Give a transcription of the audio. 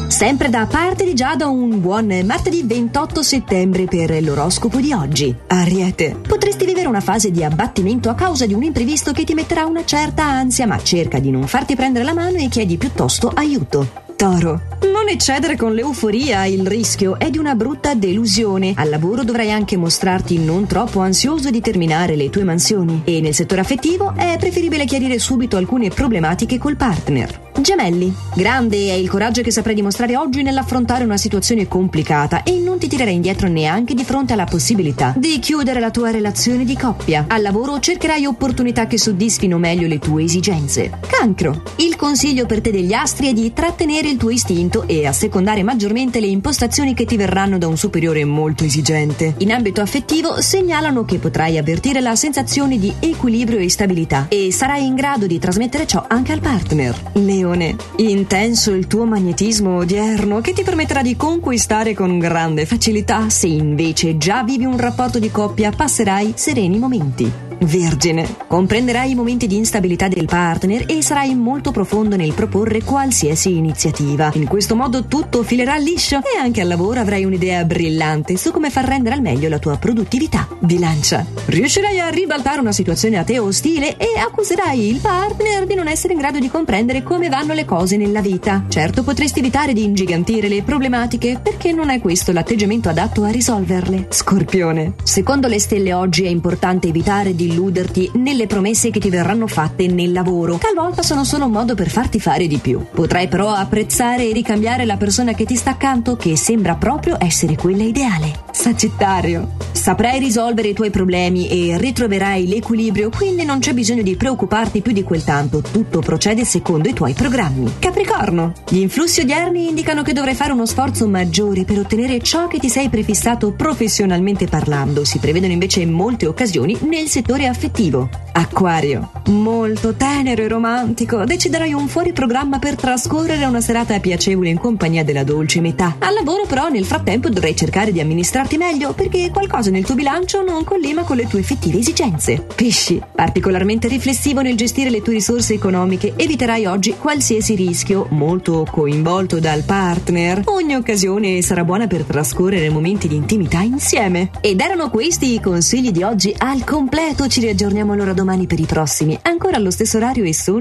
Sempre da parte di Giada un buon martedì 28 settembre per l'oroscopo di oggi. Ariete, potresti vivere una fase di abbattimento a causa di un imprevisto che ti metterà una certa ansia, ma cerca di non farti prendere la mano e chiedi piuttosto aiuto. Toro, non eccedere con l'euforia, il rischio è di una brutta delusione. Al lavoro dovrai anche mostrarti non troppo ansioso di terminare le tue mansioni e nel settore affettivo è preferibile chiarire subito alcune problematiche col partner. Gemelli, grande è il coraggio che saprai dimostrare oggi nell'affrontare una situazione complicata e non ti tirerai indietro neanche di fronte alla possibilità di chiudere la tua relazione di coppia. Al lavoro cercherai opportunità che soddisfino meglio le tue esigenze. Cancro, il consiglio per te degli astri è di trattenere il tuo istinto e assecondare maggiormente le impostazioni che ti verranno da un superiore molto esigente. In ambito affettivo segnalano che potrai avvertire la sensazione di equilibrio e stabilità e sarai in grado di trasmettere ciò anche al partner. Leone, intenso il tuo magnetismo odierno che ti permetterà di conquistare con grande facilità. Se invece già vivi un rapporto di coppia passerai sereni momenti. Vergine, comprenderai i momenti di instabilità del partner e sarai molto profondo nel proporre qualsiasi iniziativa. In questo modo tutto filerà liscio e anche al lavoro avrai un'idea brillante su come far rendere al meglio la tua produttività. Bilancia, riuscirai a ribaltare una situazione a te ostile e accuserai il partner di non essere in grado di comprendere come vanno le cose nella vita. Certo, potresti evitare di ingigantire le problematiche perché non è questo l'atteggiamento adatto a risolverle. Scorpione, secondo le stelle oggi è importante evitare di illuderti nelle promesse che ti verranno fatte nel lavoro. Talvolta sono solo un modo per farti fare di più. Potrai però apprezzare e ricambiare la persona che ti sta accanto, che sembra proprio essere quella ideale. Sagittario, saprai risolvere i tuoi problemi e ritroverai l'equilibrio, quindi non c'è bisogno di preoccuparti più di quel tanto. Tutto procede secondo i tuoi programmi. Capricorno, gli influssi odierni indicano che dovrai fare uno sforzo maggiore per ottenere ciò che ti sei prefissato professionalmente parlando. Si prevedono invece molte occasioni nel settore affettivo. Acquario, molto tenero e romantico, deciderai un fuori programma per trascorrere una serata piacevole in compagnia della dolce metà. Al lavoro però nel frattempo dovrai cercare di amministrarti meglio perché qualcosa nel tuo bilancio non collima con le tue effettive esigenze. Pesci, particolarmente riflessivo nel gestire le tue risorse economiche, eviterai oggi qualsiasi rischio, molto coinvolto dal partner. Ogni occasione sarà buona per trascorrere momenti di intimità insieme. Ed erano questi i consigli di oggi al completo. Ci riaggiorniamo allora domani per i prossimi, ancora allo stesso orario e solo